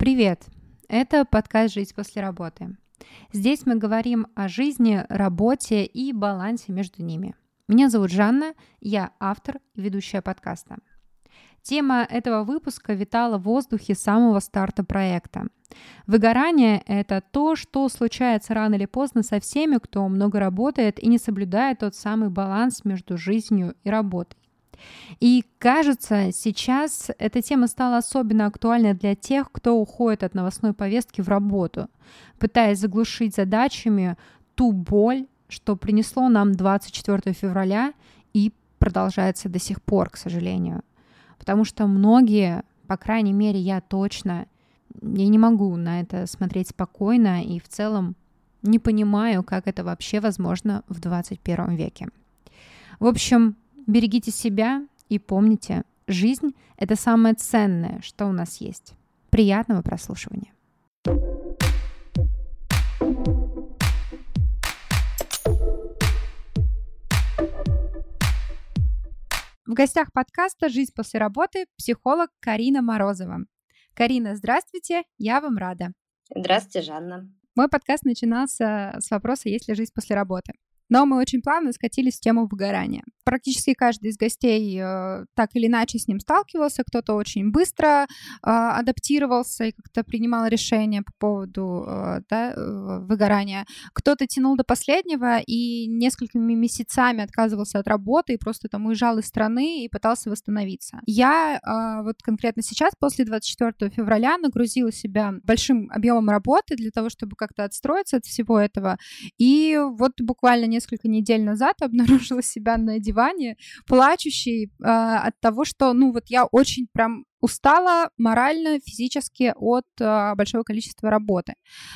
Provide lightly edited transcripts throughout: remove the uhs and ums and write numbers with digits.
Привет! Это подкаст «Жизнь после работы». Здесь мы говорим о жизни, работе и балансе между ними. Меня зовут Жанна, я автор и ведущая подкаста. Тема этого выпуска витала в воздухе с самого старта проекта. Выгорание – это то, что случается рано или поздно со всеми, кто много работает и не соблюдает тот самый баланс между жизнью и работой. И кажется, сейчас эта тема стала особенно актуальной для тех, кто уходит от новостной повестки в работу, пытаясь заглушить задачами ту боль, что принесло нам 24 февраля и продолжается до сих пор, к сожалению. Потому что многие, по крайней мере, я точно, я не могу на это смотреть спокойно и в целом не понимаю, как это вообще возможно в 21 веке. В общем, берегите себя и помните, жизнь – это самое ценное, что у нас есть. Приятного прослушивания. В гостях подкаста «Жизнь после работы» психолог Карина Морозова. Карина, здравствуйте, я вам рада. Здравствуйте, Жанна. Мой подкаст начинался с вопроса «Есть ли жизнь после работы?». Но мы очень плавно скатились в тему выгорания. Практически каждый из гостей так или иначе с ним сталкивался, кто-то очень быстро адаптировался и как-то принимал решения по поводу выгорания. Кто-то тянул до последнего и несколькими месяцами отказывался от работы и просто там уезжал из страны и пытался восстановиться. Я вот конкретно сейчас, после 24 февраля, нагрузила себя большим объемом работы для того, чтобы как-то отстроиться от всего этого. И вот буквально несколько недель назад обнаружила себя на диване, плачущей от того, что, я очень прям устала морально, физически от большого количества работы.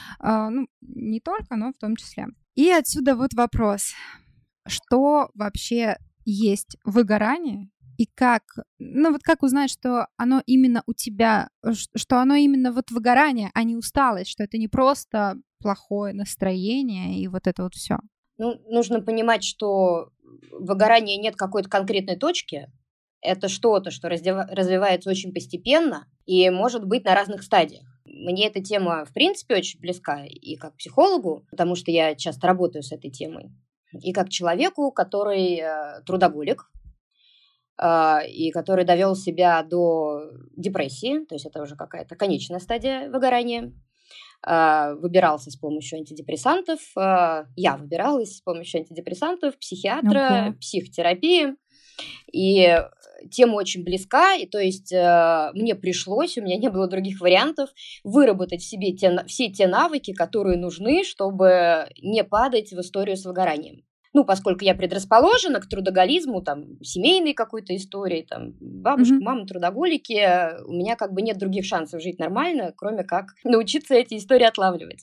Не только, но в том числе. И отсюда вот вопрос. Что вообще есть выгорание? И как узнать, что оно именно у тебя, что оно именно вот выгорание, а не усталость, что это не просто плохое настроение и вот это вот все? Нужно понимать, что выгорания нет какой-то конкретной точки. Это что-то, что развивается очень постепенно и может быть на разных стадиях. Мне эта тема, в принципе, очень близка и как психологу, потому что я часто работаю с этой темой, и как человеку, который трудоголик, и который довел себя до депрессии, то есть это уже какая-то конечная стадия выгорания. Выбирался с помощью антидепрессантов. Я выбиралась с помощью антидепрессантов, психиатра, психотерапии. И тема очень близка, и то есть мне пришлось, у меня не было других вариантов, выработать в себе все те навыки, которые нужны, чтобы не падать в историю с выгоранием. Поскольку я предрасположена к трудоголизму, семейной какой-то истории, бабушка, мама трудоголики, у меня нет других шансов жить нормально, кроме как научиться эти истории отлавливать.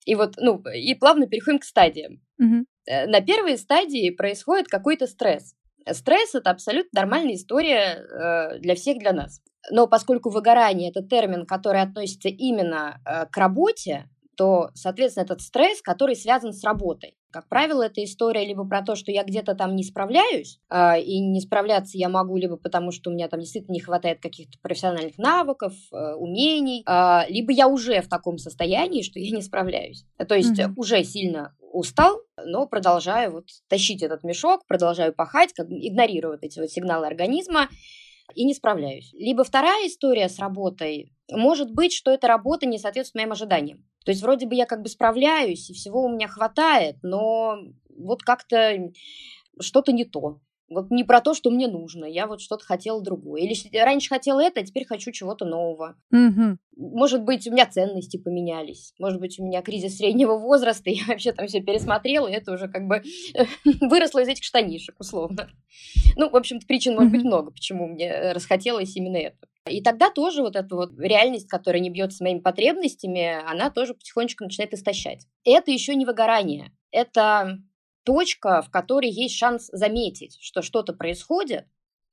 И плавно переходим к стадиям. На первой стадии происходит какой-то стресс. Стресс – это абсолютно нормальная история для всех, для нас. Но поскольку выгорание – это термин, который относится именно к работе, то, соответственно, этот стресс, который связан с работой. Как правило, это история либо про то, что я где-то там не справляюсь, и не справляться я могу либо потому, что у меня там действительно не хватает каких-то профессиональных навыков, умений, либо я уже в таком состоянии, что я не справляюсь. То есть уже сильно устал, но продолжаю тащить этот мешок, продолжаю пахать, игнорирую эти сигналы организма, и не справляюсь. Либо вторая история с работой, может быть, что эта работа не соответствует моим ожиданиям. То есть вроде бы я справляюсь, и всего у меня хватает, но как-то что-то не то. Не про то, что мне нужно. Я что-то хотела другое. Или раньше хотела это, а теперь хочу чего-то нового. Может быть, у меня ценности поменялись. Может быть, у меня кризис среднего возраста, и я вообще там все пересмотрела, и это уже выросло из этих штанишек, условно. В общем-то, причин может быть много, почему мне расхотелось именно это. И тогда тоже эта реальность, которая не бьется с моими потребностями, она тоже потихонечку начинает истощать. Это еще не выгорание. Это точка, в которой есть шанс заметить, что что-то происходит,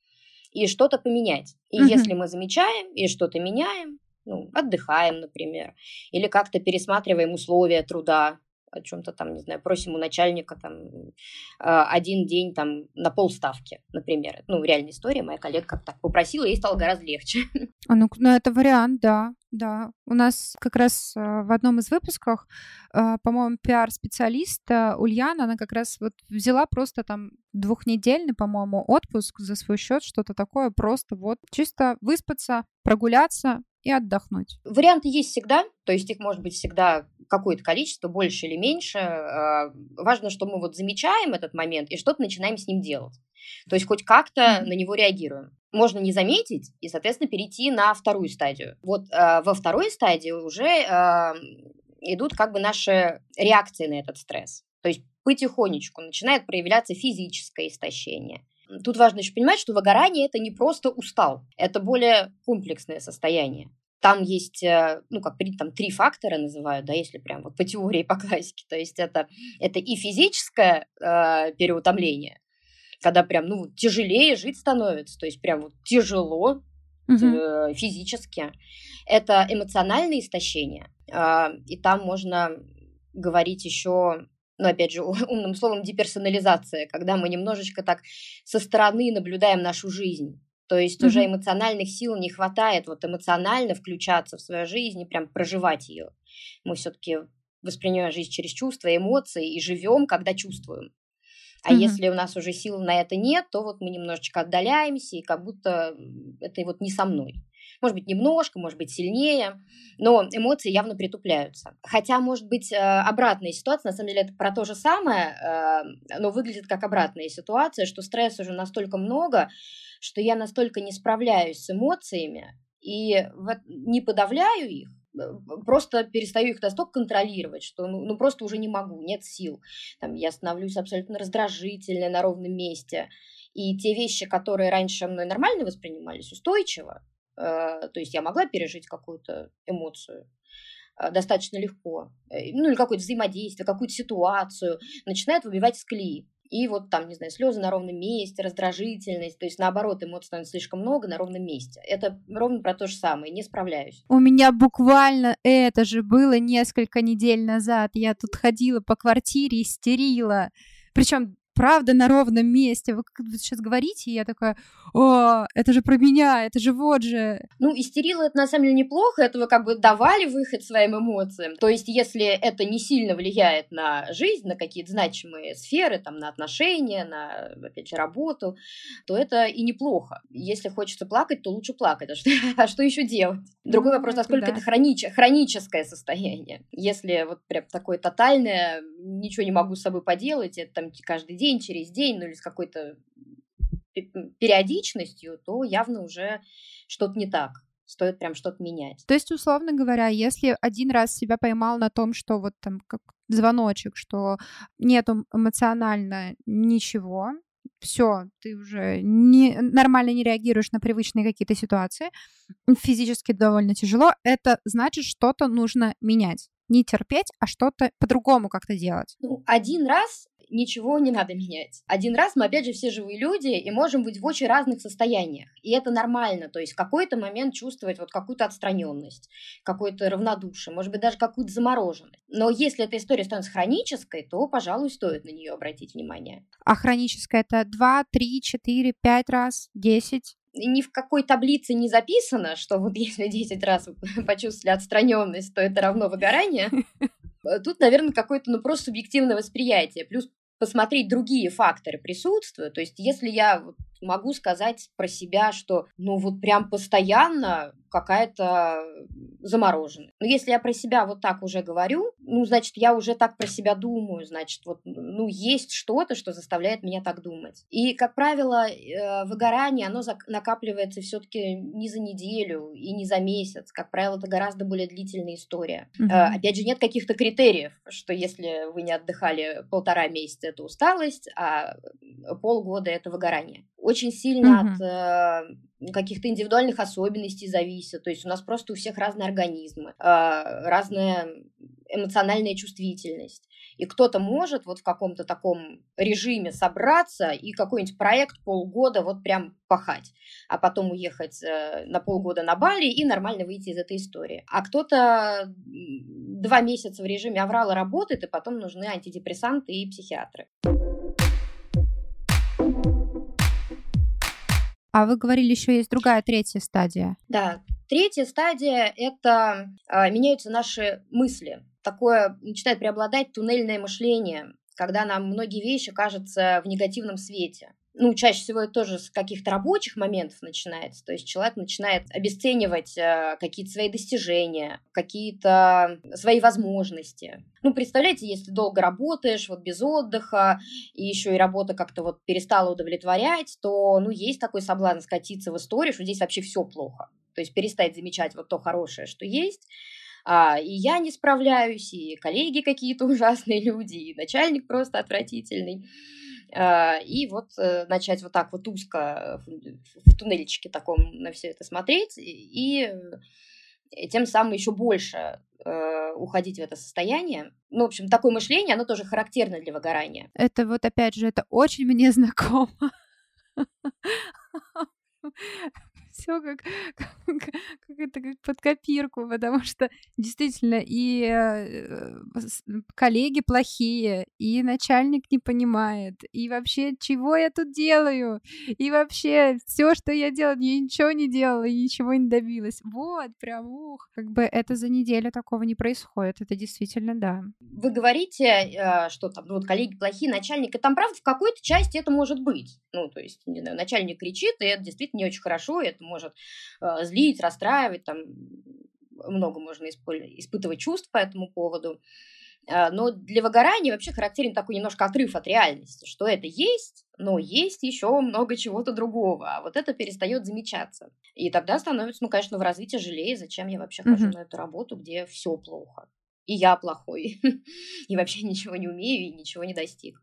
и что-то поменять. И если мы замечаем и что-то меняем, отдыхаем, например, или как-то пересматриваем условия труда, о чем-то там, не знаю, просим у начальника там один день там на полставки, например. Ну, реальная история, моя коллега как так попросила, ей стало гораздо легче. Ну, это вариант, да, да. У нас как раз в одном из выпусков, по-моему, пиар-специалист Ульяна, она как раз вот взяла просто там 2-недельный, по-моему, отпуск за свой счет, что-то такое, просто вот чисто выспаться, прогуляться и отдохнуть. Варианты есть всегда, то есть их может быть всегда какое-то количество, больше или меньше. Важно, что мы вот замечаем этот момент и что-то начинаем с ним делать. То есть хоть как-то на него реагируем. Можно не заметить и, соответственно, перейти на вторую стадию. Вот во второй стадии уже идут как бы наши реакции на этот стресс. То есть потихонечку начинает проявляться физическое истощение. Тут важно еще понимать, что выгорание – это не просто устал, это более комплексное состояние. Там есть, ну, как там 3 фактора называют, да, если прям вот по теории, по классике. То есть это и физическое переутомление, когда прям, ну, тяжелее жить становится, то есть прям вот тяжело физически. Это эмоциональное истощение, и там можно говорить еще... Но, опять же, умным словом, деперсонализация, когда мы немножечко так со стороны наблюдаем нашу жизнь. То есть уже эмоциональных сил не хватает вот эмоционально включаться в свою жизнь и прям проживать ее. Мы все-таки воспринимаем жизнь через чувства, эмоции и живем, когда чувствуем. А если у нас уже сил на это нет, то вот мы немножечко отдаляемся, и как будто это вот не со мной. Может быть, немножко, может быть, сильнее, но эмоции явно притупляются. Хотя, может быть, обратная ситуация, на самом деле это про то же самое, но выглядит как обратная ситуация, что стресса уже настолько много, что я настолько не справляюсь с эмоциями и не подавляю их, просто перестаю их настолько контролировать, что ну просто уже не могу, нет сил. Там, я становлюсь абсолютно раздражительной на ровном месте. И те вещи, которые раньше мной нормально воспринимались, устойчиво, то есть я могла пережить какую-то эмоцию достаточно легко, ну или какое-то взаимодействие, какую-то ситуацию, начинает выбивать из колеи. И вот там, не знаю, слезы на ровном месте, раздражительность, то есть наоборот, эмоций становится слишком много на ровном месте. Это ровно про то же самое, не справляюсь. У меня буквально это же было несколько недель назад. Я тут ходила по квартире, истерила. Причем правда на ровном месте. Вы сейчас говорите, и я такая: о, это же про меня, это же вот же. Ну, истерила это на самом деле неплохо, это вы как бы давали выход своим эмоциям. То есть, если это не сильно влияет на жизнь, на какие-то значимые сферы, там, на отношения, на, опять же, работу, то это и неплохо. Если хочется плакать, то лучше плакать. А что еще делать? Другой вопрос, насколько это хроническое состояние. Если вот прям такое тотальное, ничего не могу с собой поделать, это там каждый день, через день, ну или с какой-то периодичностью, то явно уже что-то не так. Стоит прям что-то менять. То есть, условно говоря, если один раз себя поймал на том, что вот там как звоночек, что нету эмоционально ничего, все, ты уже нормально не реагируешь на привычные какие-то ситуации, физически довольно тяжело, это значит, что-то нужно менять. Не терпеть, а что-то по-другому как-то делать. Ну, один раз ничего не надо менять. Один раз мы, опять же, все живые люди и можем быть в очень разных состояниях. И это нормально. То есть в какой-то момент чувствовать вот какую-то отстраненность, какое-то равнодушие, может быть, даже какую-то замороженность. Но если эта история становится хронической, то, пожалуй, стоит на нее обратить внимание. А хроническая — это 2, 3, 4, 5 раз, 10? Ни в какой таблице не записано, что вот если 10 раз вы почувствовали отстраненность, то это равно выгорание. Тут, наверное, какое-то просто субъективное восприятие. Плюс посмотреть другие факторы присутствуют. То есть если я могу сказать про себя, что ну вот прям постоянно какая-то замороженная. Но если я про себя вот так уже говорю, ну, значит, я уже так про себя думаю, значит, вот, ну, есть что-то, что заставляет меня так думать. И, как правило, выгорание, оно накапливается все-таки не за неделю и не за месяц. Как правило, это гораздо более длительная история. Опять же, нет каких-то критериев, что если вы не отдыхали 1,5 месяца, это усталость, а полгода — это выгорание. Очень сильно от каких-то индивидуальных особенностей зависит. То есть у нас просто у всех разные организмы, разная эмоциональная чувствительность. И кто-то может вот в каком-то таком режиме собраться и какой-нибудь проект полгода вот прям пахать, а потом уехать на полгода на Бали и нормально выйти из этой истории. А кто-то 2 месяца в режиме аврала работает, и потом нужны антидепрессанты и психиатры. А вы говорили, еще есть другая, третья стадия. Да, третья стадия – это меняются наши мысли. Такое начинает преобладать туннельное мышление, когда нам многие вещи кажутся в негативном свете. Ну, чаще всего это тоже с каких-то рабочих моментов начинается. То есть человек начинает обесценивать какие-то свои достижения, какие-то свои возможности. Ну, представляете, если долго работаешь, вот без отдыха, и еще и работа как-то вот перестала удовлетворять, то, ну, есть такой соблазн скатиться в историю, что здесь вообще все плохо. То есть перестать замечать вот то хорошее, что есть. И я не справляюсь, и коллеги какие-то ужасные люди, и начальник просто отвратительный. И вот начать вот так вот узко в туннельчике таком на все это смотреть, и тем самым еще больше уходить в это состояние. Ну, в общем, такое мышление, оно тоже характерно для выгорания. Это вот, опять же, это очень мне знакомо. Все как под копирку, потому что действительно и коллеги плохие, и начальник не понимает, и вообще, чего я тут делаю, и вообще все, что я делаю, я ничего не делала, и ничего не добилась. Вот, прям, как бы это за неделю такого не происходит, это действительно да. Вы говорите, что там, ну, вот коллеги плохие, начальник, и там, правда, в какой-то части это может быть. Ну, то есть, не знаю, начальник кричит, и это действительно не очень хорошо, и это может злить, расстраивать, там много можно испытывать чувств по этому поводу. Но для выгорания вообще характерен такой немножко отрыв от реальности, что это есть, но есть еще много чего-то другого, а вот это перестает замечаться. И тогда становится, ну, конечно, в разы тяжелее, зачем я вообще хожу на эту работу, где все плохо, и я плохой, и вообще ничего не умею, и ничего не достиг.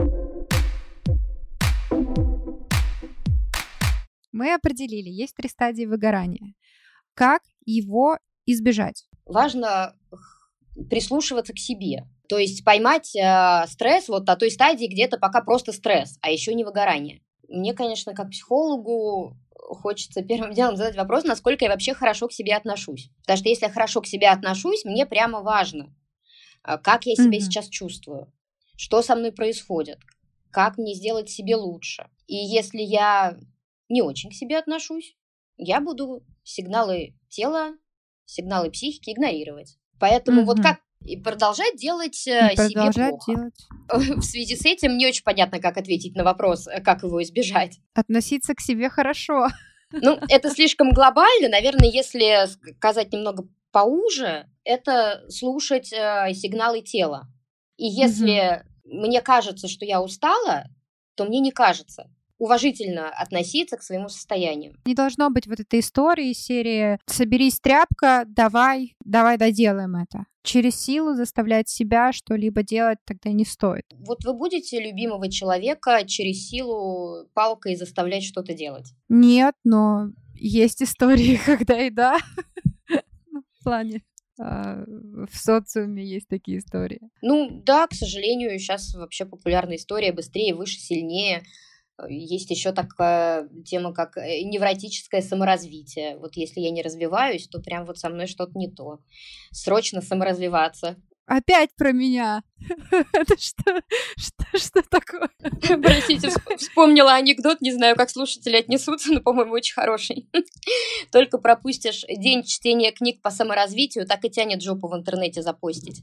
Мы определили, есть 3 стадии выгорания. Как его избежать? Важно прислушиваться к себе. То есть поймать стресс вот на той стадии, где это пока просто стресс, а еще не выгорание. Мне, конечно, как психологу хочется первым делом задать вопрос, насколько я вообще хорошо к себе отношусь. Потому что если я хорошо к себе отношусь, мне прямо важно, как я себя сейчас чувствую, что со мной происходит, как мне сделать себе лучше. И если я не очень к себе отношусь, я буду сигналы тела, сигналы психики игнорировать. Поэтому вот как и продолжать делать себе плохо. В связи с этим не очень понятно, как ответить на вопрос, как его избежать. Относиться к себе хорошо. Ну, это слишком глобально. Наверное, если сказать немного поуже, это слушать сигналы тела. И если мне кажется, что я устала, то мне не кажется. Уважительно относиться к своему состоянию. Не должно быть вот этой истории серии «соберись, тряпка, давай доделаем это». Через силу заставлять себя что-либо делать тогда не стоит. Вот вы будете любимого человека через силу палкой заставлять что-то делать? Нет, но есть истории, когда и да. В плане... В социуме есть такие истории. Ну да, к сожалению, сейчас вообще популярная история «быстрее, выше, сильнее». Есть еще такая тема, как невротическое саморазвитие. Вот если я не развиваюсь, то прям вот со мной что-то не то. Срочно саморазвиваться. Опять про меня. Это что такое? Простите, вспомнила анекдот, не знаю, как слушатели отнесутся, но, по-моему, очень хороший. Только пропустишь день чтения книг по саморазвитию, так и тянет жопу в интернете запостить.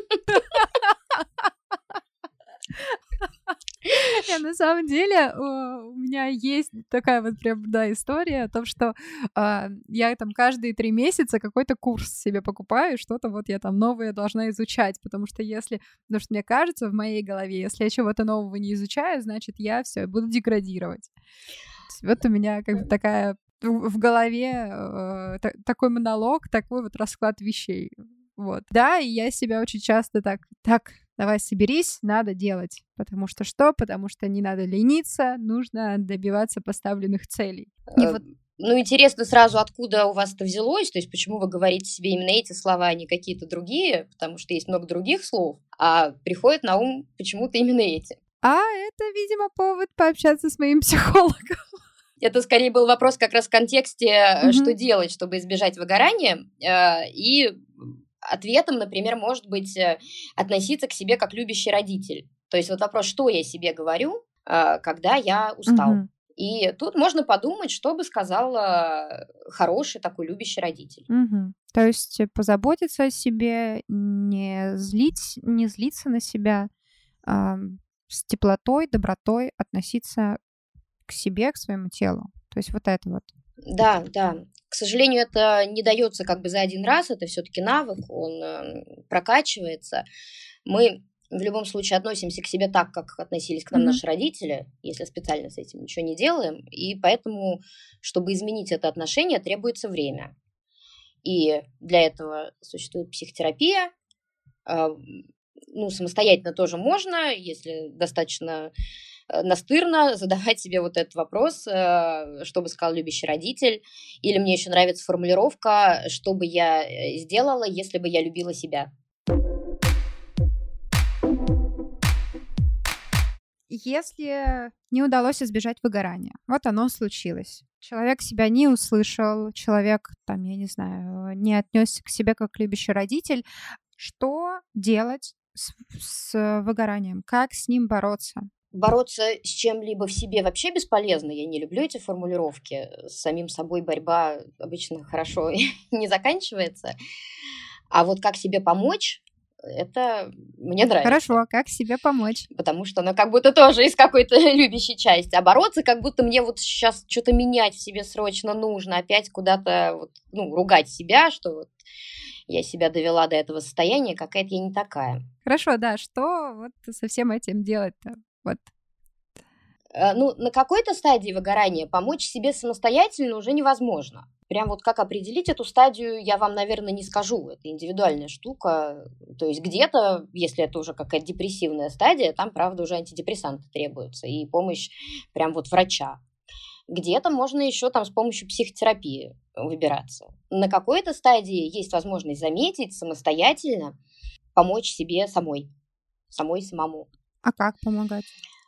На самом деле у меня есть такая вот прям, да, история о том, что я там каждые 3 месяца какой-то курс себе покупаю, что-то вот я там новое должна изучать, потому что мне кажется в моей голове, если я чего-то нового не изучаю, значит, я все буду деградировать. Вот у меня как бы такая в голове такой монолог, такой вот расклад вещей. Вот. Да, и я себя очень часто так, давай соберись, надо делать. Потому что не надо лениться, нужно добиваться поставленных целей. И вот Ну, интересно сразу, откуда у вас это взялось, то есть почему вы говорите себе именно эти слова, а не какие-то другие, потому что есть много других слов, а приходит на ум почему-то именно эти. А это, видимо, повод пообщаться с моим психологом. Это скорее был вопрос как раз в контексте, Мгм. что делать, чтобы избежать выгорания, и ответом, например, может быть относиться к себе как любящий родитель. То есть вот вопрос, что я себе говорю, когда я устал. Мгм. И тут можно подумать, что бы сказал хороший такой любящий родитель. Мгм. То есть позаботиться о себе, не злиться на себя, с теплотой, добротой относиться к себе, к своему телу. То есть вот это вот. Да, да. К сожалению, это не дается как бы за один раз, это все-таки навык, он прокачивается. Мы в любом случае относимся к себе так, как относились к нам Мгм. наши родители, если специально с этим ничего не делаем. И поэтому, чтобы изменить это отношение, требуется время. И для этого существует психотерапия. А, Ну, самостоятельно тоже можно, если достаточно настырно задавать себе вот этот вопрос, что бы сказал любящий родитель. Или мне еще нравится формулировка, что бы я сделала, если бы я любила себя. Если не удалось избежать выгорания, вот оно случилось. Человек себя не услышал, человек, там, я не знаю, не отнесся к себе как любящий родитель. Что делать с выгоранием? Как с ним бороться? Бороться с чем-либо в себе вообще бесполезно. Я не люблю эти формулировки. С самим собой борьба обычно хорошо не заканчивается. А вот как себе помочь, это мне нравится. Хорошо, как себе помочь? Потому что она как будто тоже из какой-то любящей части. А бороться, как будто мне вот сейчас что-то менять в себе срочно нужно. Опять куда-то вот, ругать себя, что вот я себя довела до этого состояния, какая-то я не такая. Хорошо, да, что вот со всем этим делать-то? Вот. На какой-то стадии выгорания помочь себе самостоятельно уже невозможно. Прям вот как определить эту стадию, я вам, наверное, не скажу. Это индивидуальная штука. То есть где-то, если это уже какая-то депрессивная стадия, там, правда, уже антидепрессанты требуются и помощь прям вот врача. Где-то можно еще там с помощью психотерапии выбираться. На какой-то стадии есть возможность заметить самостоятельно, помочь себе самому. А как помогать?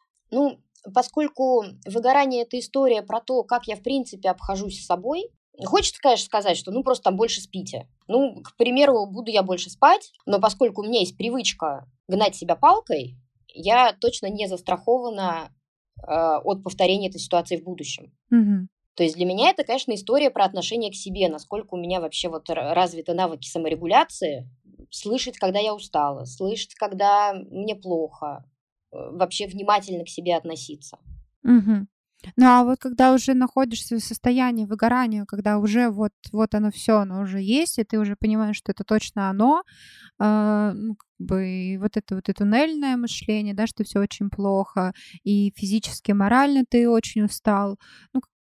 Поскольку выгорание – это история про то, как я, в принципе, обхожусь с собой, хочется, конечно, сказать, что просто там больше спите. К примеру, буду я больше спать, но поскольку у меня есть привычка гнать себя палкой, я точно не застрахована от повторения этой ситуации в будущем. Мгм. То есть для меня это, конечно, история про отношение к себе, насколько у меня вообще вот развиты навыки саморегуляции, слышать, когда я устала, слышать, когда мне плохо, вообще внимательно к себе относиться. Мгм. Ну, а вот когда уже находишься в состоянии выгорания, когда уже вот оно все, оно уже есть, и ты уже понимаешь, что это точно оно, как бы и вот это туннельное мышление, да, что все очень плохо, и физически, и морально ты очень устал. Ну, как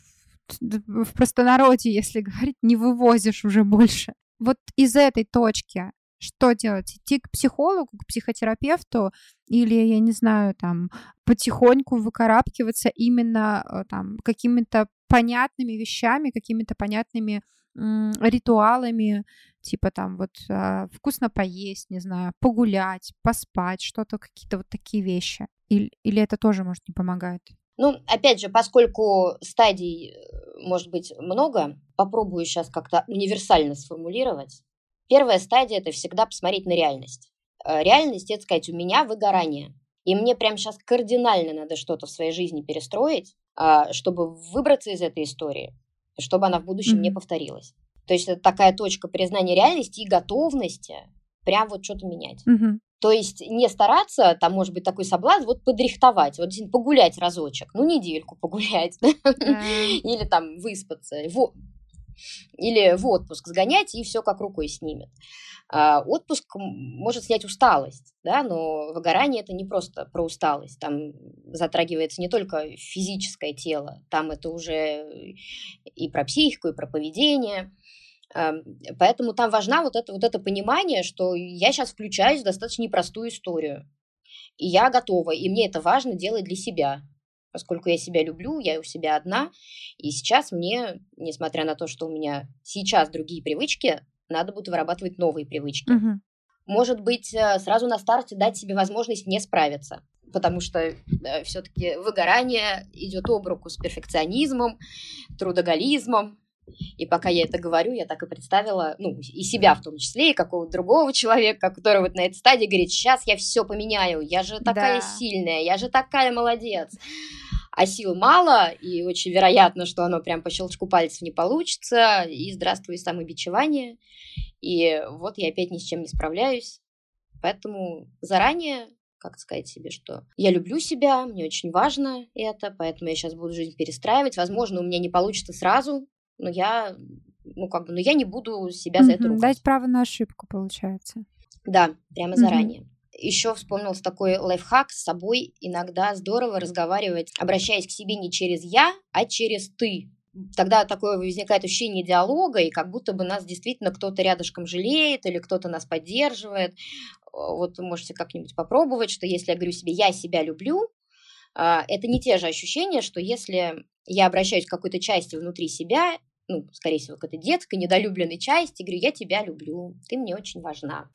в простонародье, если говорить, не вывозишь уже больше. Вот из этой точки что делать? Идти к психологу, к психотерапевту или, я не знаю, там, потихоньку выкарабкиваться именно, там, какими-то понятными вещами, какими-то понятными, ритуалами, типа там вот, вкусно поесть, не знаю, погулять, поспать, что-то, какие-то вот такие вещи. Или это тоже, может, не помогает? Опять же, поскольку стадий может быть много, попробую сейчас как-то универсально сформулировать. Первая стадия – это всегда посмотреть на реальность. Реальность – это сказать, у меня выгорание. И мне прямо сейчас кардинально надо что-то в своей жизни перестроить, чтобы выбраться из этой истории, чтобы она в будущем не Мгм. повторилась. То есть это такая точка признания реальности и готовности прям вот что-то менять. Мгм. То есть не стараться, там может быть такой соблазн, вот подрихтовать, вот действительно погулять разочек, недельку погулять, Да. или там выспаться, или в отпуск сгонять, и все как рукой снимет. Отпуск может снять усталость, да, но выгорание – это не просто про усталость, там затрагивается не только физическое тело, там это уже и про психику, и про поведение. Поэтому там важна вот это понимание, что я сейчас включаюсь в достаточно непростую историю, и я готова, и мне это важно делать для себя. поскольку я себя люблю, я у себя одна, и сейчас мне, несмотря на то, что у меня сейчас другие привычки, надо будет вырабатывать новые привычки. Может быть, сразу на старте дать себе возможность не справиться, потому что все-таки выгорание идет об руку с перфекционизмом, трудоголизмом. И пока я это говорю, я так и представила, и себя в том числе, и какого-то другого человека, который вот на этой стадии говорит: сейчас я все поменяю, я же такая сильная, я же такая молодец. А сил мало, и очень вероятно, что оно прям по щелчку пальцев не получится, и здравствуй самобичевание. И вот я опять ни с чем не справляюсь. Поэтому заранее, как сказать себе, что я люблю себя, мне очень важно это, поэтому я сейчас буду жизнь перестраивать. Возможно, у меня не получится сразу, но я не буду себя за это ругать. Дать право на ошибку, получается. Да, прямо заранее. Еще вспомнился такой лайфхак с собой. Иногда здорово разговаривать, обращаясь к себе не через «я», а через «ты». Тогда такое возникает ощущение диалога, и как будто бы нас действительно кто-то рядышком жалеет или кто-то нас поддерживает. Вот вы можете как-нибудь попробовать, что если я говорю себе «я себя люблю», это не те же ощущения, что если я обращаюсь к какой-то части внутри себя, скорее всего, к этой детской, недолюбленной части, говорю: «я тебя люблю, ты мне очень важна».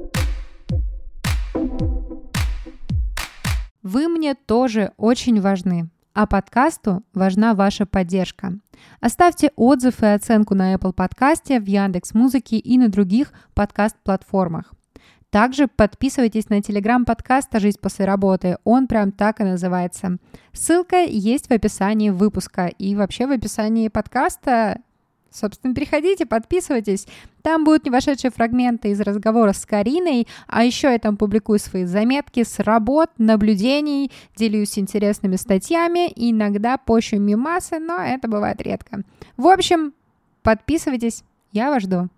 Вы мне тоже очень важны, а подкасту важна ваша поддержка. Оставьте отзыв и оценку на Apple подкасте, в Яндекс.Музыке и на других подкаст-платформах. Также подписывайтесь на телеграм-подкаст «Жизнь после работы», он прям так и называется. Ссылка есть в описании выпуска и вообще в описании подкаста. Собственно, переходите, подписывайтесь. Там будут небольшие фрагменты из разговора с Кариной, а еще я там публикую свои заметки с работ, наблюдений, делюсь интересными статьями, иногда пощу мемасы, но это бывает редко. В общем, подписывайтесь, я вас жду.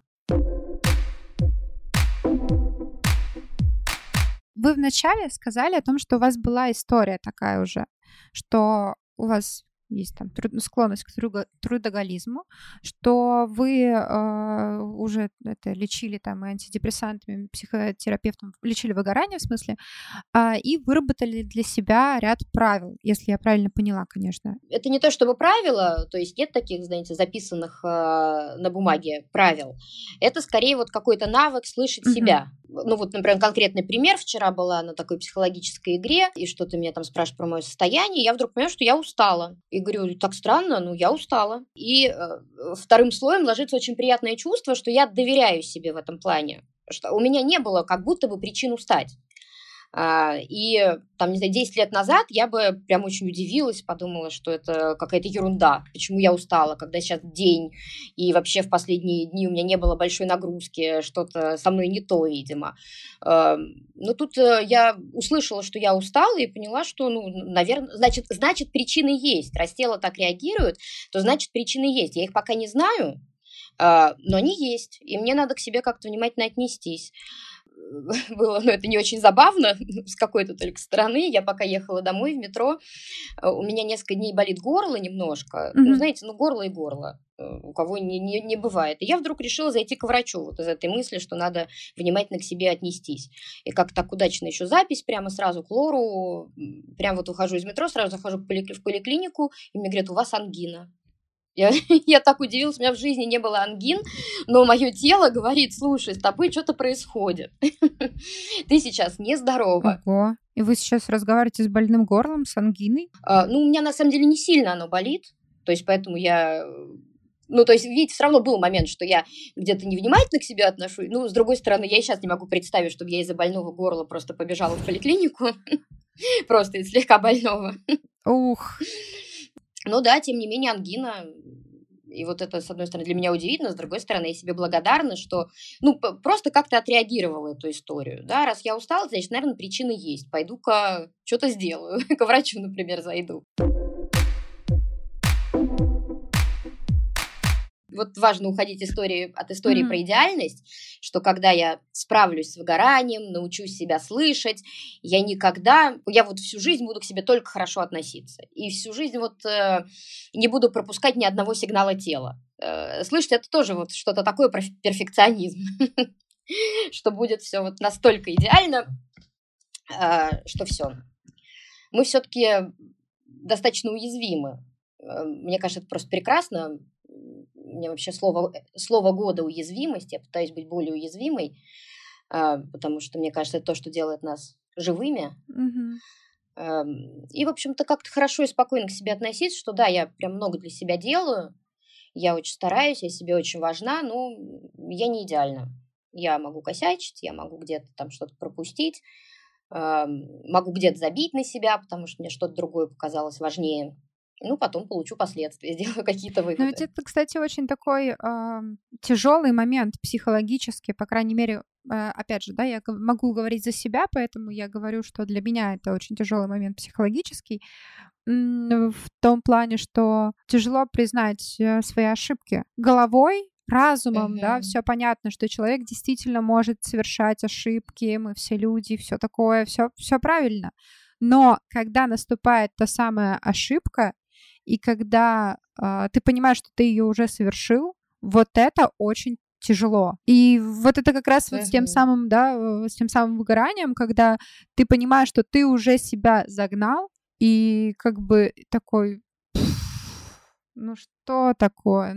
Вы вначале сказали о том, что у вас была история такая уже, что у вас есть там склонность к трудоголизму, что вы уже это лечили там и антидепрессантами, психотерапевтом, лечили выгорание в смысле, и выработали для себя ряд правил, если я правильно поняла, конечно. Это не то чтобы правила, то есть нет таких, знаете, записанных на бумаге правил. Это скорее вот какой-то навык слышать себя. Например, конкретный пример. Вчера была на такой психологической игре, и что-то меня там спрашивают про мое состояние, и я вдруг понимаю, что я устала. И говорю: так странно, я устала. И вторым слоем ложится очень приятное чувство, что я доверяю себе в этом плане, что у меня не было как будто бы причин устать. И там, 10 лет назад я бы прям очень удивилась, подумала, что это какая-то ерунда, почему я устала, когда сейчас день, и вообще в последние дни у меня не было большой нагрузки, что-то со мной не то, видимо. Но тут я услышала, что я устала, и поняла, что, наверное, значит, причины есть. Раз тело так реагирует, то значит, причины есть. Я их пока не знаю, но они есть, и мне надо к себе как-то внимательно отнестись. Было, это не очень забавно, с какой-то только стороны. Я пока ехала домой в метро, у меня несколько дней болит горло немножко. Знаете, горло и горло. У кого не бывает. И я вдруг решила зайти к врачу вот из этой мысли, что надо внимательно к себе отнестись. И как так удачно еще запись прямо сразу к лору. Прям вот ухожу из метро, сразу захожу в поликлинику, и мне говорят: у вас ангина. Я так удивилась, у меня в жизни не было ангин, но мое тело говорит: слушай, с тобой что-то происходит. Ты сейчас нездорова. Ого. И вы сейчас разговариваете с больным горлом, с ангиной? У меня на самом деле не сильно оно болит, то есть поэтому я... видите, все равно был момент, что я где-то невнимательно к себе отношусь. С другой стороны, я и сейчас не могу представить, чтобы я из-за больного горла просто побежала в поликлинику. Просто из слегка больного. Ух. Тем не менее, ангина, и вот это, с одной стороны, для меня удивительно, с другой стороны, я себе благодарна, что, просто как-то отреагировала эту историю, да, раз я устала, значит, наверное, причины есть, пойду-ка что-то сделаю, к врачу, например, зайду. Вот важно уходить от истории про идеальность, что когда я справлюсь с выгоранием, научусь себя слышать, я вот всю жизнь буду к себе только хорошо относиться. И всю жизнь не буду пропускать ни одного сигнала тела. Слышать — это тоже вот что-то такое про перфекционизм, что будет все вот настолько идеально, что все. Мы все-таки достаточно уязвимы. Мне кажется, это просто прекрасно. У меня вообще слово года уязвимость. Я пытаюсь быть более уязвимой, потому что, мне кажется, это то, что делает нас живыми. И, в общем-то, как-то хорошо и спокойно к себе относиться, что да, я прям много для себя делаю, я очень стараюсь, я себе очень важна, но я не идеальна. Я могу косячить, я могу где-то там что-то пропустить, могу где-то забить на себя, потому что мне что-то другое показалось важнее. Ну, потом получу последствия, сделаю какие-то Но ведь выводы. это, кстати, очень такой тяжелый момент психологически, по крайней мере, опять же, да, я могу говорить за себя, поэтому я говорю, что для меня это очень тяжелый момент психологический, в том плане, что тяжело признать свои ошибки головой, разумом, да, все понятно, что человек действительно может совершать ошибки, мы все люди, все такое, все правильно. Но когда наступает та самая ошибка, и когда ты понимаешь, что ты ее уже совершил, вот это очень тяжело. И вот это как раз вот с тем самым, да, с тем самым выгоранием, когда ты понимаешь, что ты уже себя загнал, и как бы такой, ну что такое,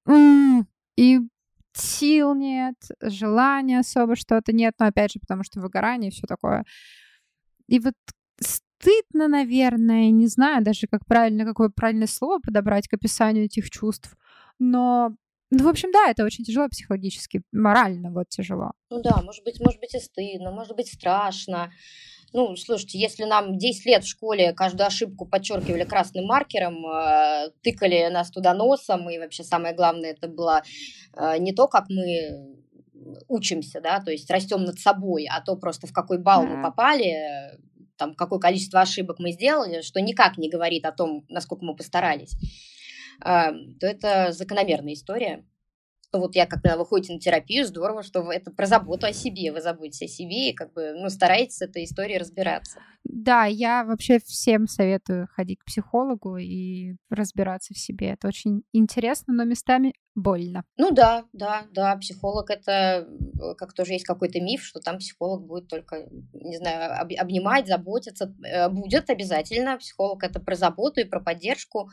и сил нет, желания особо что-то нет, но опять же, потому что выгорание и все такое. И вот стыдно, наверное, не знаю даже, какое правильное слово подобрать к описанию этих чувств, но, ну, в общем, да, это очень тяжело психологически, морально вот тяжело. Ну да, может быть и стыдно, может быть страшно. Ну, слушайте, если нам 10 лет в школе каждую ошибку подчеркивали красным маркером, тыкали нас туда носом, и вообще самое главное, это было не то, как мы учимся, да, то есть растем над собой, а то просто в какой балл мы попали, там, какое количество ошибок мы сделали, что никак не говорит о том, насколько мы постарались, то это закономерная история. Вот я, когда вы ходите на терапию, здорово, что это про заботу о себе, вы заботитесь о себе и как бы, ну, стараетесь с этой историей разбираться. Да, я вообще всем советую ходить к психологу и разбираться в себе. Это очень интересно, но местами больно. Ну да, психолог это, как тоже есть какой-то миф, что там психолог будет только, не знаю, обнимать, заботиться. Будет обязательно, психолог это про заботу и про поддержку,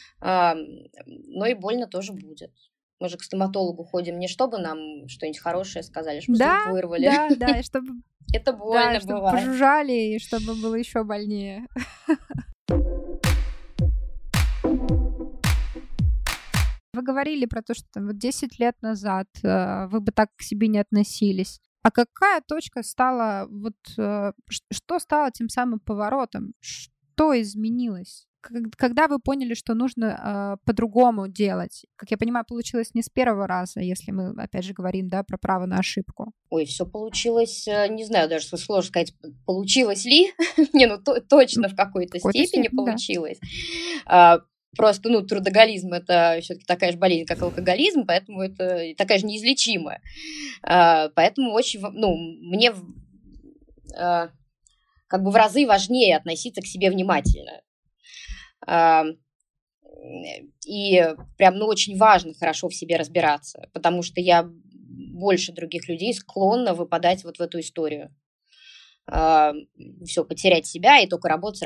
но и больно тоже будет. Мы же к стоматологу ходим не чтобы нам что-нибудь хорошее сказали, чтобы зуб вырвали. Да, и чтобы это больно чтобы бывает. пожужжали, и чтобы было еще больнее. Вы говорили про то, что там, вот 10 лет назад вы бы так к себе не относились. А какая точка стала, вот что стало тем самым поворотом? Что изменилось? Когда вы поняли, что нужно по-другому делать? Как я понимаю, получилось не с первого раза, если мы, опять же, говорим, да, про право на ошибку. Ой, все получилось, не знаю даже, сложно сказать, получилось ли. Не, ну точно в какой-то степени получилось. Просто, ну, трудоголизм – это все-таки такая же болезнь, как алкоголизм, поэтому это такая же неизлечимая. Поэтому очень, ну, мне как бы в разы важнее относиться к себе внимательно. И прям, ну, очень важно хорошо в себе разбираться, потому что я больше других людей склонна выпадать вот в эту историю. Все, потерять себя и только работать.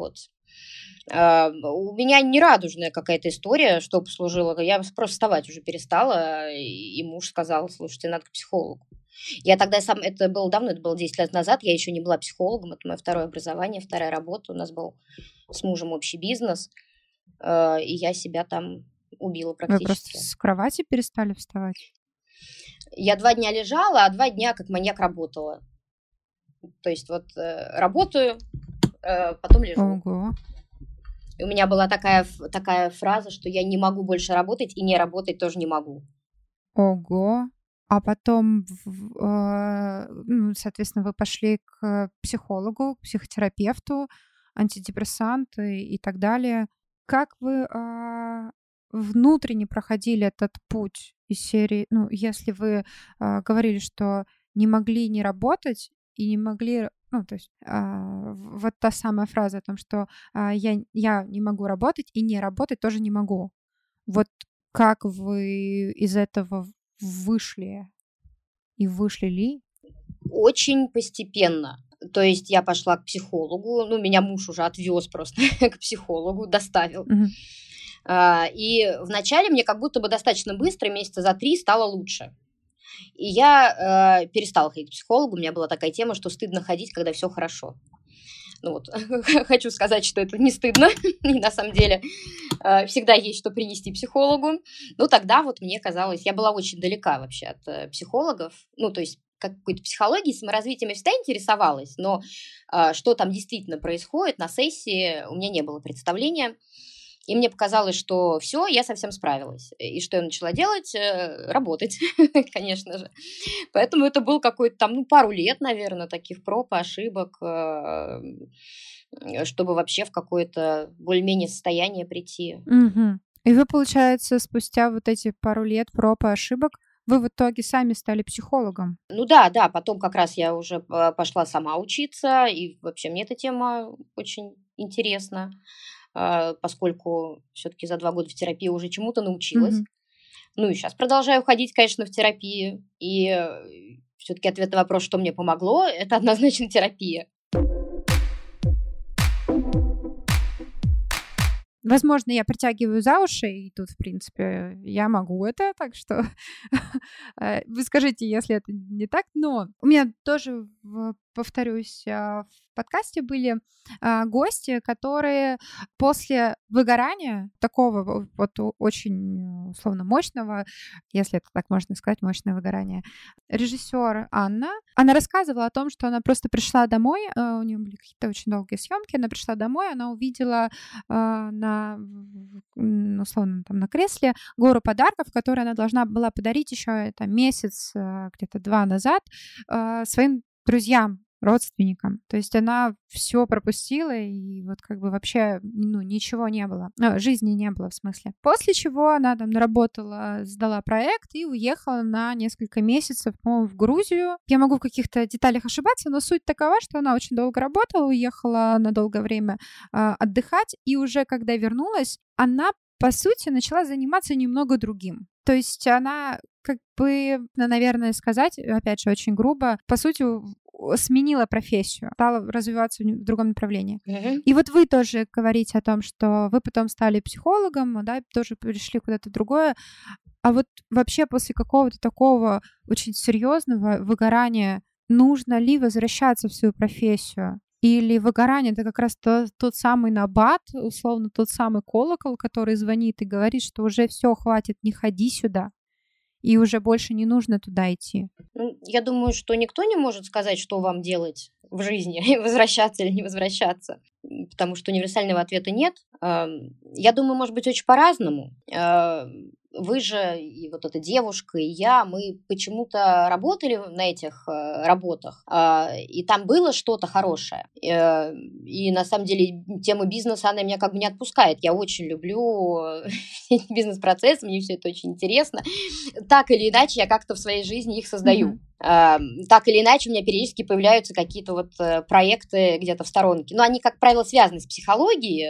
У меня не радужная какая-то история, что послужило. Я просто вставать уже перестала, и муж сказал: слушай, надо к психологу. Я тогда это было давно, это было 10 лет назад, я еще не была психологом, это мое второе образование, вторая работа, у нас был с мужем общий бизнес, и я себя там убила практически. Вы просто с кровати перестали вставать? Я 2 дня лежала, а 2 дня как маньяк работала. То есть вот работаю, потом лежу. Ого. И у меня была такая фраза, что я не могу больше работать, и не работать тоже не могу. Ого. А потом, соответственно, вы пошли к психологу, к психотерапевту, антидепрессанты и так далее. Как вы внутренне проходили этот путь из серии? Ну, если вы говорили, что не могли не работать и не могли... Ну, то есть вот та самая фраза о том, что я не могу работать и не работать тоже не могу. Вот как вы из этого вышли и вышли ли? Очень постепенно. То есть я пошла к психологу, ну, меня муж уже отвез просто к психологу, доставил. И вначале мне как будто бы достаточно быстро, месяца за 3 стало лучше. И я перестала ходить к психологу, у меня была такая тема, что стыдно ходить, когда все хорошо. Ну вот, хочу сказать, что это не стыдно, и на самом деле всегда есть что принести психологу. Ну, тогда вот мне казалось, я была очень далека вообще от психологов, ну, то есть какой-то психологией, саморазвитием я всегда интересовалась, но что там действительно происходит на сессии, у меня не было представления. И мне показалось, что все, я совсем справилась. И что я начала делать? Работать, конечно же. Поэтому это был какой-то там, ну, пару лет, наверное, таких проб и ошибок, чтобы вообще в какое-то более-менее состояние прийти. И вы, получается, спустя вот эти пару лет проб и ошибок, вы в итоге сами стали психологом? Ну да, потом как раз я уже пошла сама учиться, и вообще мне эта тема очень интересна, поскольку все-таки за 2 года в терапии уже чему-то научилась. Ну и сейчас продолжаю ходить, конечно, в терапию. И все-таки ответ на вопрос, что мне помогло, это однозначно терапия. Возможно, я притягиваю за уши, и тут, в принципе, я могу это, так что вы скажите, если это не так. Но у меня тоже, повторюсь, в подкасте были гости, которые после выгорания такого вот очень условно мощного, если это так можно сказать, мощное выгорание, режиссер Анна, она рассказывала о том, что она просто пришла домой, у нее были какие-то очень долгие съемки, она пришла домой, она увидела условно там на кресле гору подарков, которые она должна была подарить еще там месяц, где-то 2 назад своим друзьям, родственникам. То есть она все пропустила, и вот как бы вообще, ну, ничего не было. Жизни не было, в смысле. После чего она там наработала, сдала проект и уехала на несколько месяцев, по-моему, в Грузию. Я могу в каких-то деталях ошибаться, но суть такова, что она очень долго работала, уехала на долгое время отдыхать, и уже когда вернулась, она, по сути, начала заниматься немного другим. То есть она, как бы, наверное, сказать, опять же, очень грубо, по сути, сменила профессию, стала развиваться в другом направлении. И вот вы тоже говорите о том, что вы потом стали психологом, да, тоже перешли куда-то в другое. А вот вообще после какого-то такого очень серьезного выгорания нужно ли возвращаться в свою профессию? Или выгорание — это как раз тот самый набат, условно, тот самый колокол, который звонит и говорит, что уже все, хватит, не ходи сюда, и уже больше не нужно туда идти? Ну, я думаю, что никто не может сказать, что вам делать в жизни, возвращаться или не возвращаться, потому что универсального ответа нет. Я думаю, может быть, очень по-разному. Вы же, и вот эта девушка, и я, мы почему-то работали на этих работах, и там было что-то хорошее. И на самом деле тема бизнеса, она меня как бы не отпускает. Я очень люблю бизнес-процессы, мне все это очень интересно. Так или иначе, я как-то в своей жизни их создаю. Так или иначе, у меня периодически появляются какие-то вот проекты где-то в сторонке. Но они, как правило, связаны с психологией,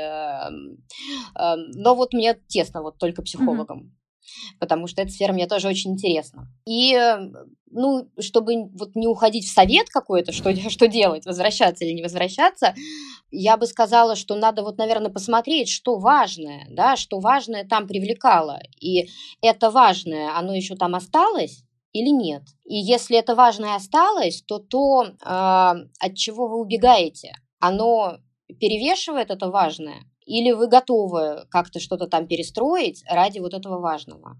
но вот мне тесно вот только психологом. Потому что эта сфера мне тоже очень интересна. И, ну, чтобы вот не уходить в совет какой-то, что делать, возвращаться или не возвращаться, я бы сказала, что надо вот, наверное, посмотреть, что важное, да, что важное там привлекало. И это важное, оно еще там осталось или нет? И если это важное осталось, то, от чего вы убегаете, оно перевешивает это важное? Или вы готовы как-то что-то там перестроить ради вот этого важного?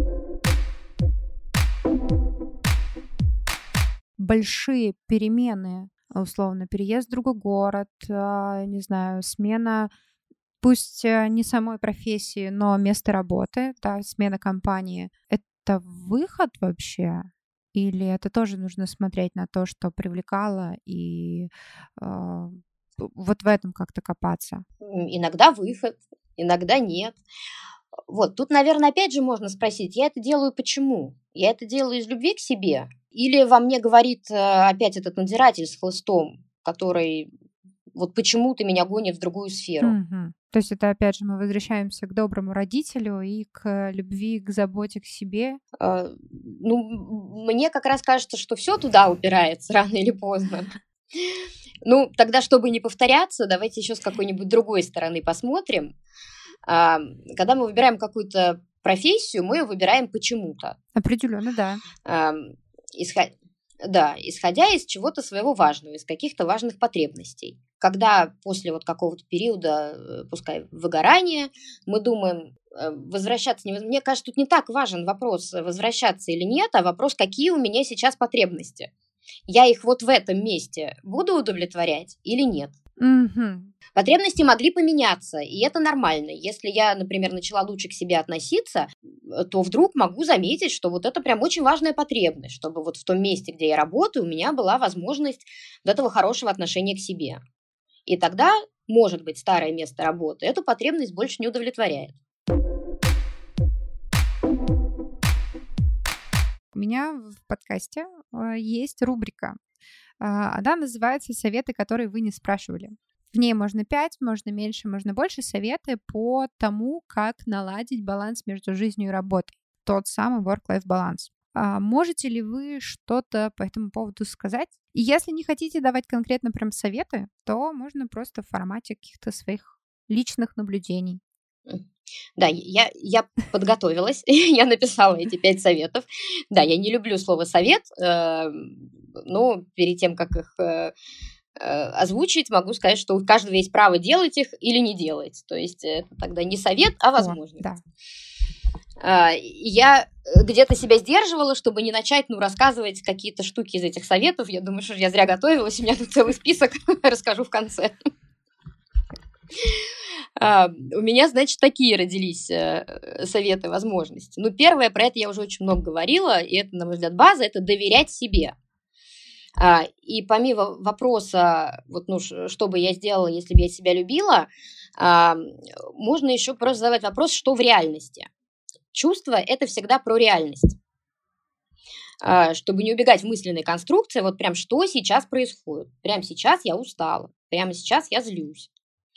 Большие перемены, условно, переезд в другой город, не знаю, смена, пусть не самой профессии, но места работы, да, смена компании. Это выход вообще? Или это тоже нужно смотреть на то, что привлекало, и вот в этом как-то копаться? Иногда выход, иногда нет. Вот, тут, наверное, опять же можно спросить, я это делаю почему? Я это делаю из любви к себе? Или во мне говорит опять этот надзиратель с хлыстом, который вот почему-то меня гонит в другую сферу? То есть это, опять же, мы возвращаемся к доброму родителю и к любви, к заботе к себе. Ну, мне как раз кажется, что все туда упирается рано или поздно. Ну, тогда, чтобы не повторяться, давайте еще с какой-нибудь другой стороны посмотрим. Когда мы выбираем какую-то профессию, мы ее выбираем почему-то. Определенно, да. Исходя из чего-то своего важного, из каких-то важных потребностей. Когда после вот какого-то периода, пускай выгорания, мы думаем, возвращаться, мне кажется, тут не так важен вопрос, возвращаться или нет, а вопрос, какие у меня сейчас потребности. Я их вот в этом месте буду удовлетворять или нет? Потребности могли поменяться, и это нормально. Если я, например, начала лучше к себе относиться, то вдруг могу заметить, что вот это прям очень важная потребность, чтобы вот в том месте, где я работаю, у меня была возможность вот этого хорошего отношения к себе. И тогда, может быть, старое место работы эту потребность больше не удовлетворяет. У меня в подкасте есть рубрика. Она называется «Советы, которые вы не спрашивали». В ней можно 5, можно меньше, можно больше советы по тому, как наладить баланс между жизнью и работой. Тот самый work-life balance. Можете ли вы что-то по этому поводу сказать? И если не хотите давать конкретно прям советы, то можно просто в формате каких-то своих личных наблюдений. Да, я подготовилась, я написала эти 5 советов. Да, я не люблю слово «совет», но перед тем, как их озвучить, могу сказать, что у каждого есть право делать их или не делать. То есть это тогда не совет, а возможность. Да. Я где-то себя сдерживала, чтобы не начать рассказывать какие-то штуки из этих советов. Я думаю, что я зря готовилась, у меня тут целый список, расскажу в конце. У меня, значит, такие родились советы, возможности. Первое, про это я уже очень много говорила, и это, на мой взгляд, база, это доверять себе. И помимо вопроса, что бы я сделала, если бы я себя любила, можно еще просто задавать вопрос, что в реальности. Чувство – это всегда про реальность. Чтобы не убегать в мысленные конструкции, вот прям что сейчас происходит. Прямо сейчас я устала, прямо сейчас я злюсь.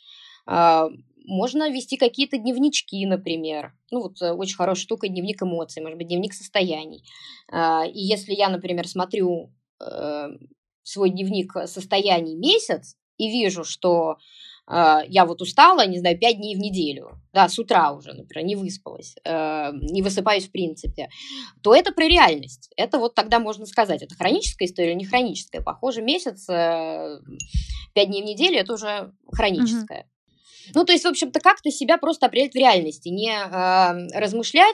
Можно вести какие-то дневнички, например. Очень хорошая штука – дневник эмоций, может быть, дневник состояний. И если я, например, смотрю свой дневник состояний месяц и вижу, что я устала, 5 дней в неделю, да, с утра уже, например, не выспалась, не высыпаюсь в принципе, то это про реальность. Это тогда можно сказать, это хроническая история или не хроническая. Похоже, месяц, 5 дней в неделю – это уже хроническая. То есть, в общем-то, как-то себя просто определять в реальности, не размышлять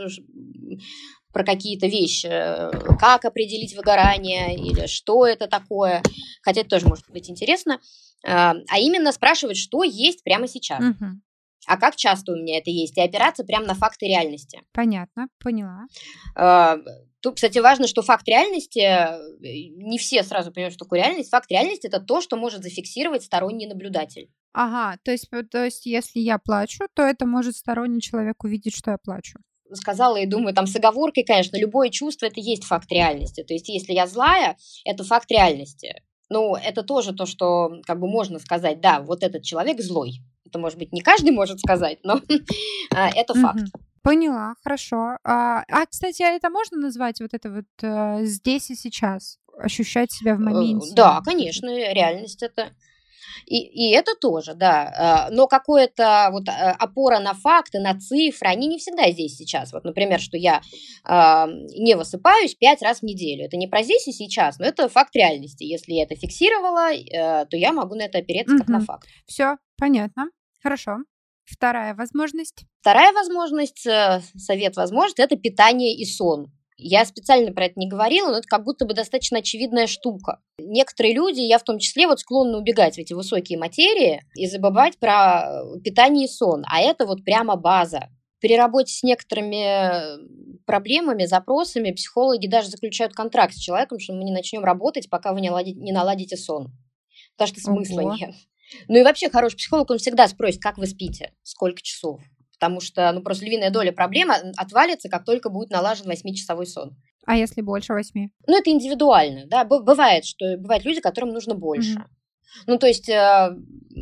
про какие-то вещи, как определить выгорание или что это такое, хотя это тоже может быть интересно, а именно спрашивать, что есть прямо сейчас, а как часто у меня это есть, и опираться прямо на факты реальности. Понятно, поняла. Тут, кстати, важно, что факт реальности, не все сразу понимают, что такое реальность. Факт реальности – это то, что может зафиксировать сторонний наблюдатель. Ага, то есть если я плачу, то это может сторонний человек увидеть, что я плачу. Сказала и думаю, с оговоркой, конечно, любое чувство – это есть факт реальности. То есть если я злая, это факт реальности. Это тоже то, что можно сказать, да, вот этот человек злой. Это, может быть, не каждый может сказать, но это факт. Поняла, хорошо. Кстати, это можно назвать здесь и сейчас? Ощущать себя в моменте? Да, конечно, реальность это. И это тоже, да. Но какая-то опора на факты, на цифры, они не всегда здесь сейчас. Например, что я не высыпаюсь 5 раз в неделю. Это не про здесь и сейчас, но это факт реальности. Если я это фиксировала, то я могу на это опереться как на факт. Все, понятно. Хорошо. Вторая возможность? Вторая возможность, совет возможность, это питание и сон. Я специально про это не говорила, но это как будто бы достаточно очевидная штука. Некоторые люди, я в том числе, склонны убегать в эти высокие материи и забывать про питание и сон. А это прямо база. При работе с некоторыми проблемами, запросами психологи даже заключают контракт с человеком, что мы не начнем работать, пока вы не наладите сон. Потому что смысла нет. И вообще хороший психолог, он всегда спросит, как вы спите, сколько часов. Потому что, просто львиная доля проблем отвалится, как только будет налажен 8-часовой сон. А если больше 8? Это индивидуально, да. Бывают люди, которым нужно больше. То есть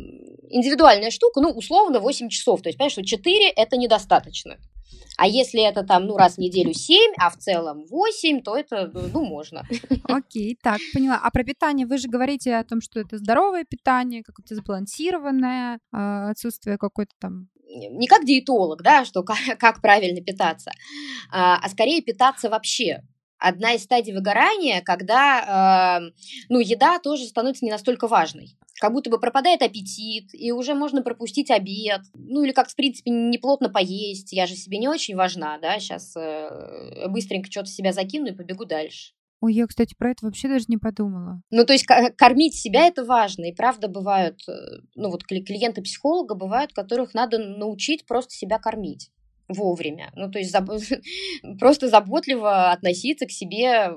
индивидуальная штука, ну, условно 8 часов. То есть, понимаешь, что 4 – это недостаточно. А если это там, ну, раз в неделю 7, а в целом 8, то это, ну, можно. Окей, так, поняла. А про питание вы же говорите о том, что это здоровое питание, какое-то сбалансированное, отсутствие какой-то там... Не как диетолог, да, что как правильно питаться, а скорее питаться вообще. Одна из стадий выгорания, когда, ну, еда тоже становится не настолько важной. Как будто бы пропадает аппетит, и уже можно пропустить обед. Ну, или как, в принципе, не плотно поесть. Я же себе не очень важна, да, сейчас быстренько что-то в себя закину и побегу дальше. Ой, я, кстати, про это вообще даже не подумала. Ну, то есть кормить себя – это важно. И правда бывают, ну, вот клиенты психолога бывают, которых надо научить просто себя кормить вовремя. Ну, то есть просто заботливо относиться к себе.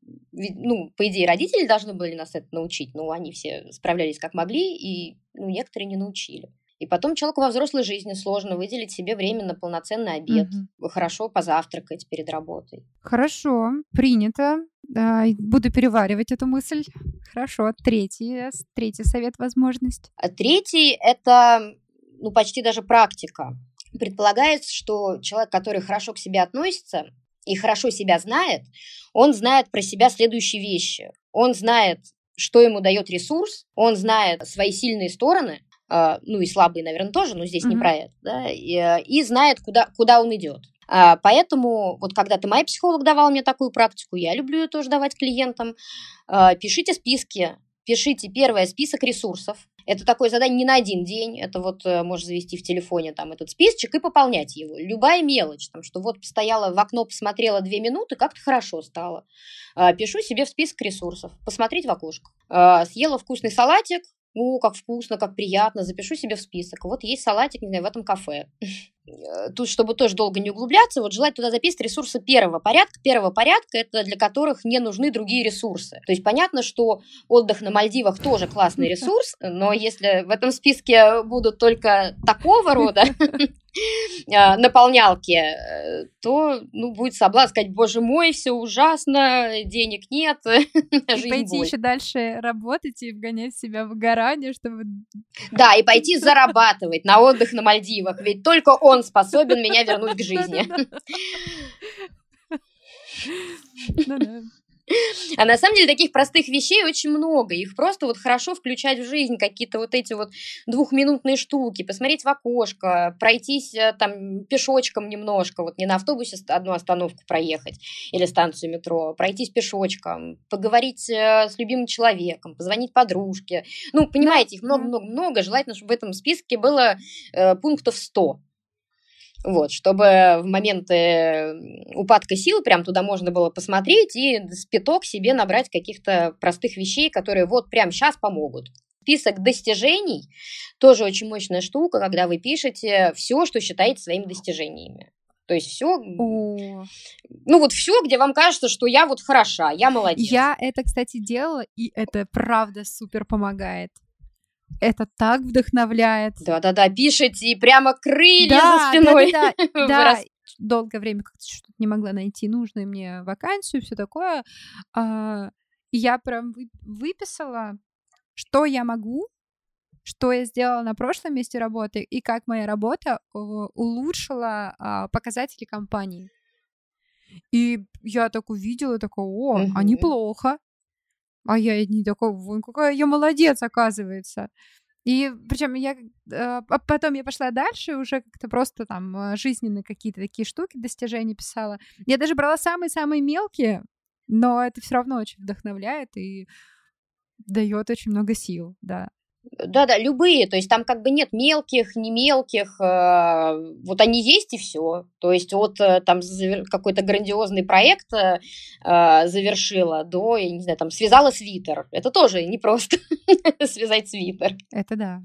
Ну, по идее, родители должны были нас это научить, но они все справлялись как могли, и, ну, некоторые не научили. И потом человеку во взрослой жизни сложно выделить себе время на полноценный обед, хорошо позавтракать перед работой. Хорошо, принято. Буду переваривать эту мысль. Хорошо. Третий совет, возможность. А третий – это, ну, почти даже практика. Предполагается, что человек, который хорошо к себе относится и хорошо себя знает, он знает про себя следующие вещи. Он знает, что ему дает ресурс, он знает свои сильные стороны, ну и слабые, наверное, тоже, но здесь не про это, да, и знает, куда он идет. Поэтому вот когда-то моя психолог давала мне такую практику, я люблю ее тоже давать клиентам. Пишите списки. Пишите первое список ресурсов. Это такое задание не на один день. Это вот можно завести в телефоне там этот списочек и пополнять его. Любая мелочь, там, что вот постояла в окно, посмотрела 2 минуты, как-то хорошо стало. Пишу себе в список ресурсов. Посмотреть в окошко. Съела вкусный салатик. О, как вкусно, как приятно, запишу себе в список. Вот есть салатик, не знаю, в этом кафе. Тут, чтобы тоже долго не углубляться, вот желательно туда записать ресурсы первого порядка. Первого порядка – это для которых не нужны другие ресурсы. То есть понятно, что отдых на Мальдивах тоже классный ресурс, но если в этом списке будут только такого рода наполнялки, то, ну, будет соблазн сказать: боже мой, все ужасно, денег нет, жизнь пойти боль. Еще дальше работать и вгонять себя в выгорание, чтобы... Да, и пойти зарабатывать на отдых на Мальдивах, ведь только он способен меня вернуть к жизни. А на самом деле таких простых вещей очень много. Их просто вот хорошо включать в жизнь. Какие-то вот эти вот 2-минутные штуки. Посмотреть в окошко, пройтись там пешочком немножко. Вот не на автобусе одну остановку проехать или станцию метро. Пройтись пешочком, поговорить с любимым человеком, позвонить подружке. Ну, понимаете, их много-много-много. Желательно, чтобы в этом списке было пунктов 100. Вот, чтобы в моменты упадка сил прям туда можно было посмотреть и с пяток себе набрать каких-то простых вещей, которые вот прямо сейчас помогут. Список достижений тоже очень мощная штука, когда вы пишете все, что считаете своими достижениями. То есть все, ну вот все, где вам кажется, что я вот хороша, я молодец. Я это, кстати, делала, и это правда супер помогает. Это так вдохновляет. Да-да-да, пишите, и прямо крылья за спиной. Да. Долгое время как-то что-то не могла найти нужную мне вакансию, все такое. И я прям выписала, что я могу, что я сделала на прошлом месте работы, и как моя работа улучшила показатели компании. И я так увидела, такая: а неплохо. А я не такой: вон, какая я молодец, оказывается. И причем потом я пошла дальше, уже как-то просто там жизненные какие-то такие штуки, достижения писала. Я даже брала самые-самые мелкие, но это все равно очень вдохновляет и дает очень много сил, да. Да-да, любые, то есть там как бы нет мелких, не мелких, вот они есть и все. То есть от там какой-то грандиозный проект завершила до, я не знаю, там связала свитер. Это тоже непросто связать свитер. Это да.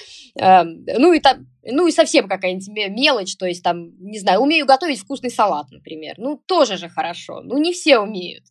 Ну и совсем какая-нибудь мелочь, то есть там, не знаю, умею готовить вкусный салат, например. Ну, тоже же хорошо. Ну, не все умеют.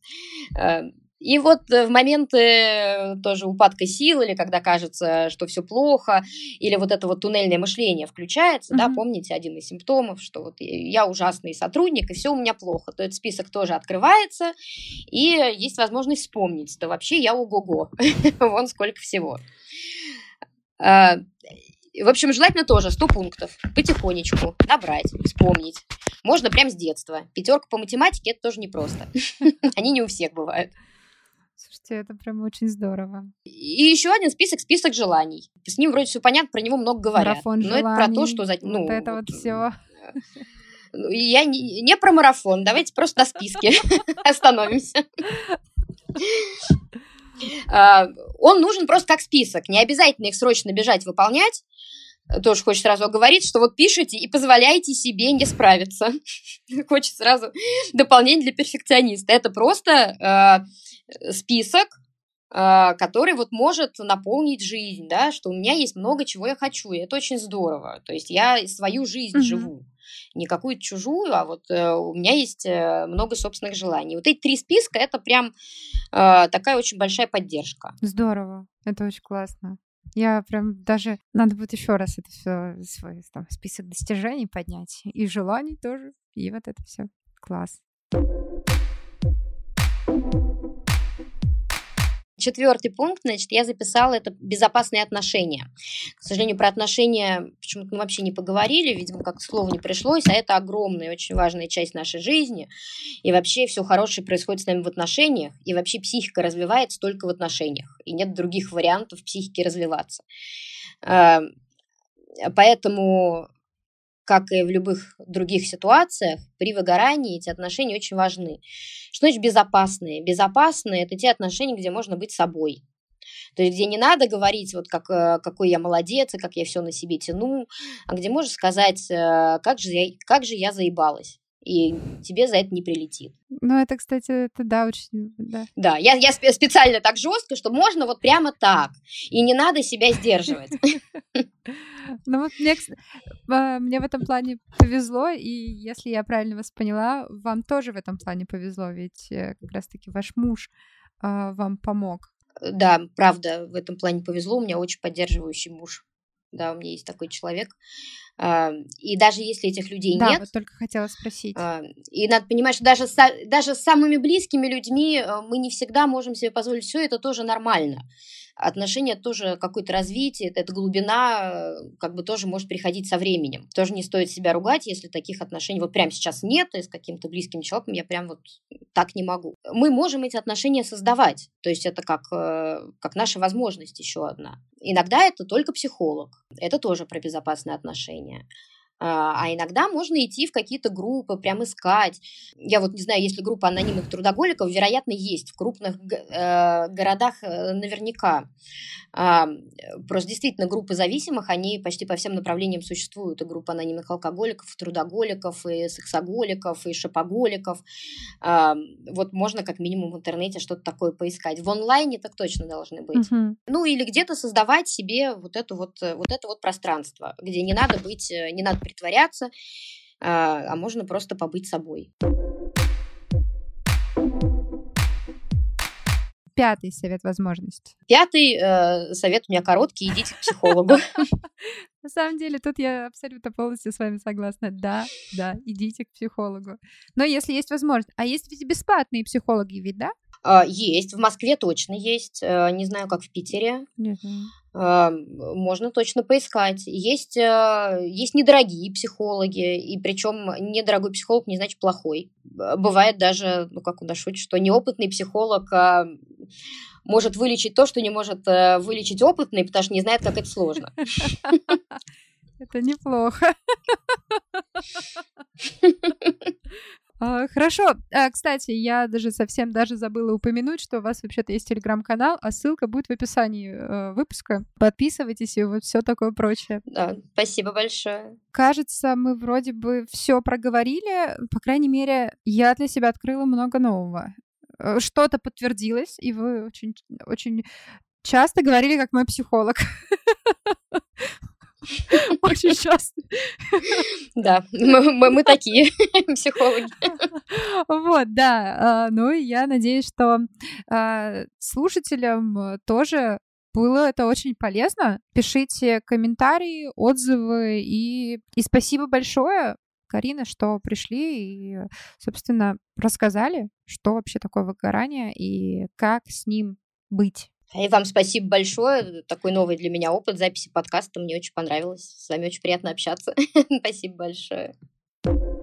И вот в моменты тоже упадка сил, или когда кажется, что все плохо, или вот это вот туннельное мышление включается, да, помните, один из симптомов, что вот я ужасный сотрудник, и все у меня плохо, то этот список тоже открывается, и есть возможность вспомнить, что вообще я ого-го, вон сколько всего. В общем, желательно тоже 100 пунктов. Потихонечку набрать, вспомнить. Можно прям с детства. 5 по математике – это тоже непросто. Они не у всех бывают. Слушайте, это прям очень здорово. И еще один список желаний. С ним вроде все понятно, про него много говорят. Марафон Но это про то, что... вот это вот все. Я не про марафон. Давайте просто на списке остановимся. Он нужен просто как список. Не обязательно их срочно бежать выполнять. Тоже хочется сразу оговорить, что вот пишите и позволяете себе не справиться. Хочется сразу дополнение для перфекциониста. Это просто список, который вот может наполнить жизнь, да, что у меня есть много чего я хочу, и это очень здорово. То есть я свою жизнь живу, не какую-то чужую, а вот у меня есть много собственных желаний. Вот эти 3 списка – это прям такая очень большая поддержка. Здорово, это очень классно. Я прям даже... Надо будет еще раз это все, свой там, список достижений поднять. И желаний тоже. И вот это все. Класс. 4-й пункт, значит, я записала, это безопасные отношения. К сожалению, про отношения почему-то мы вообще не поговорили, видимо, как слово не пришлось, а это огромная, очень важная часть нашей жизни. И вообще все хорошее происходит с нами в отношениях, и вообще психика развивается только в отношениях, и нет других вариантов психики развиваться. Поэтому, как и в любых других ситуациях, при выгорании эти отношения очень важны. Что значит безопасные? Безопасные – это те отношения, где можно быть собой. То есть, где не надо говорить, вот какой я молодец, и как я все на себе тяну, а где можно сказать, как же я заебалась, и тебе за это не прилетит. Ну, это, кстати, это да, очень... Да, да я специально так жестко, что можно вот прямо так, и не надо себя сдерживать. Ну вот мне в этом плане повезло, и если я правильно вас поняла, вам тоже в этом плане повезло, ведь как раз-таки ваш муж вам помог. Да, правда, в этом плане повезло, у меня очень поддерживающий муж. Да, у меня есть такой человек. И даже если этих людей нет... Да, вот только хотела спросить. И надо понимать, что даже с самыми близкими людьми мы не всегда можем себе позволить все, это тоже нормально. Отношения тоже какое-то развитие, эта глубина как бы тоже может приходить со временем. Тоже не стоит себя ругать, если таких отношений вот прямо сейчас нет, и с каким-то близким человеком я прям вот так не могу. Мы можем эти отношения создавать, то есть это как наша возможность еще одна. Иногда это только психолог, это тоже про безопасные отношения. А иногда можно идти в какие-то группы, прям искать. Я вот не знаю, есть ли группа анонимных трудоголиков, вероятно, есть. В крупных городах наверняка. Просто действительно группы зависимых, они почти по всем направлениям существуют. И группа анонимных алкоголиков, трудоголиков, и сексоголиков, и шопоголиков. Вот можно как минимум в интернете что-то такое поискать. В онлайне так точно должны быть. Ну или где-то создавать себе вот это вот пространство, где не надо притворяться, а можно просто побыть собой. 5-й совет возможность. 5-й совет у меня короткий, идите к психологу. На самом деле, тут я абсолютно полностью с вами согласна. Да, идите к психологу. Но если есть возможность. А есть ведь бесплатные психологи, ведь, да? Есть, в Москве точно есть. Не знаю, как в Питере. Можно точно поискать. Есть недорогие психологи, и причем недорогой психолог не значит плохой. Бывает даже, как у нас шутят, что неопытный психолог может вылечить то, что не может вылечить опытный, потому что не знает, как это сложно. Это неплохо. Хорошо. Кстати, я совсем забыла упомянуть, что у вас вообще-то есть телеграм-канал, а ссылка будет в описании выпуска. Подписывайтесь и вот все такое прочее. Да, спасибо большое. Кажется, мы вроде бы все проговорили. По крайней мере, я для себя открыла много нового. Что-то подтвердилось, и вы очень, очень часто говорили, как мой психолог. Очень часто. Да, мы такие психологи. Вот, да. Ну, и я надеюсь, что слушателям тоже было это очень полезно. Пишите комментарии, отзывы, и спасибо большое, Карина, что пришли и, собственно, рассказали, что вообще такое выгорание и как с ним быть. И вам спасибо большое. Такой новый для меня опыт записи подкаста. Мне очень понравилось. С вами очень приятно общаться. Спасибо большое.